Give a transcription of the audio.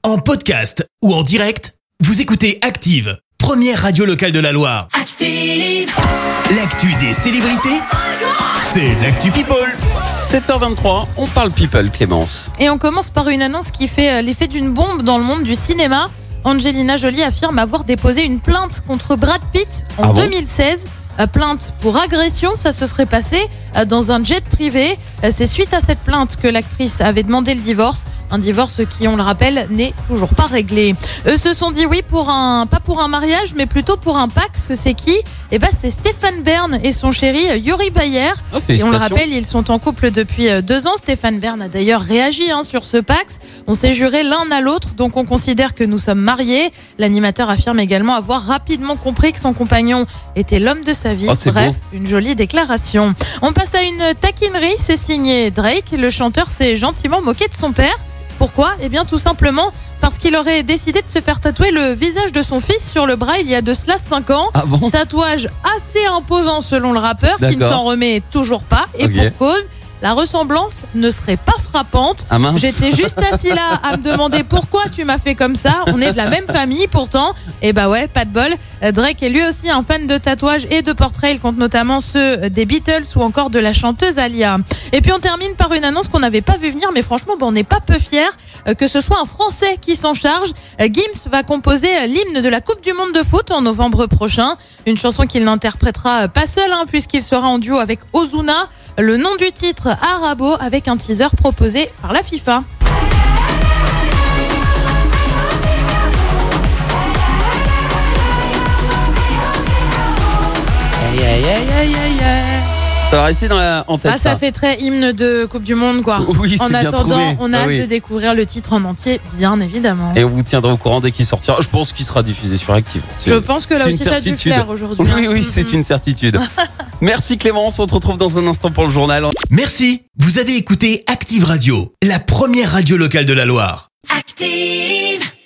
En podcast ou en direct, vous écoutez Active, première radio locale de la Loire. Active. L'actu des célébrités, c'est l'actu People. 7h23, on parle people, Clémence. Et on commence par une annonce qui fait l'effet d'une bombe dans le monde du cinéma. Angelina Jolie affirme avoir déposé une plainte contre Brad Pitt en 2016. Plainte pour agression, ça se serait passé dans un jet privé. C'est suite à cette plainte que l'actrice avait demandé le divorce. Un divorce qui, on le rappelle, n'est toujours pas réglé. Eux se sont dit oui pas pour un mariage, mais plutôt pour un Pax. C'est qui ? C'est Stéphane Bern et son chéri Yuri Bayer. Et on le rappelle, ils sont en couple depuis 2 ans. Stéphane Bern a d'ailleurs réagi sur ce Pax. On s'est juré l'un à l'autre, donc on considère que nous sommes mariés. L'animateur affirme également avoir rapidement compris que son compagnon était l'homme de sa vie. Bref, une jolie déclaration. On passe à une taquinerie, c'est signé Drake. Le chanteur s'est gentiment moqué de son père. Pourquoi ? Tout simplement parce qu'il aurait décidé de se faire tatouer le visage de son fils sur le bras il y a de cela 5 ans. Ah bon ? Tatouage assez imposant selon le rappeur, qui ne s'en remet toujours pas. Et pour cause, la ressemblance ne serait pas frappante. Ah mince. J'étais juste assis là à me demander pourquoi tu m'as fait comme ça. On est de la même famille pourtant. Et ouais, pas de bol. Drake est lui aussi un fan de tatouages et de portraits. Il compte notamment ceux des Beatles ou encore de la chanteuse Alia. Et puis on termine par une annonce qu'on n'avait pas vu venir, mais franchement, on n'est pas peu fiers que ce soit un Français qui s'en charge. Gims va composer l'hymne de la Coupe du Monde de foot en novembre prochain. Une chanson qu'il n'interprétera pas seul, puisqu'il sera en duo avec Ozuna. Le nom du titre, Arabo, avec un teaser proposé par la FIFA. Ça va rester en tête. Ça fait très hymne de Coupe du Monde, quoi. Oui, en c'est bien attendant, trouvé. on a hâte de découvrir le titre en entier, bien évidemment. Et on vous tiendra au courant dès qu'il sortira. Je pense qu'il sera diffusé sur Active. Je pense que là aussi, t'as du flair aujourd'hui. Oui, c'est une certitude. Merci Clémence, on te retrouve dans un instant pour le journal. Merci, vous avez écouté Active Radio, la première radio locale de la Loire. Active.